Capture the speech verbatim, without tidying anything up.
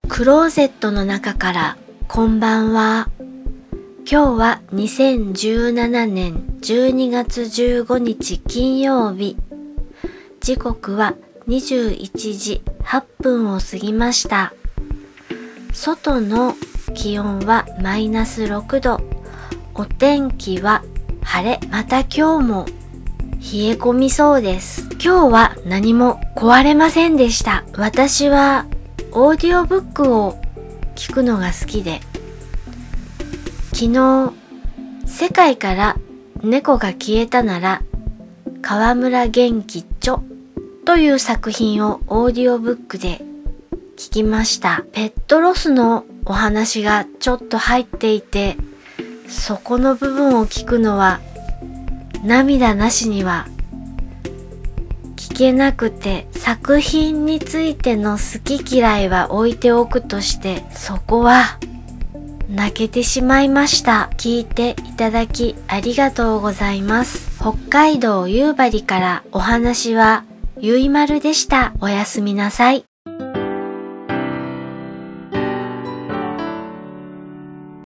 クローゼットの中からこんばんは。今日はにせんじゅうななねんじゅうにがつじゅうごにち金曜日。時刻はにじゅういちじはっぷんを過ぎました。外の気温はマイナスろくど。お天気は晴れ。また今日も冷え込みそうです。今日は何も壊れませんでした。私はオーディオブックを聞くのが好きで、昨日世界から猫が消えたなら川村元気著という作品をオーディオブックで聞きました。ペットロスのお話がちょっと入っていて、そこの部分を聞くのは涙なしには聞けなくて、作品についての好き嫌いは置いておくとして、そこは泣けてしまいました。聞いていただきありがとうございます。北海道夕張からお話はゆいまるでした。おやすみなさい。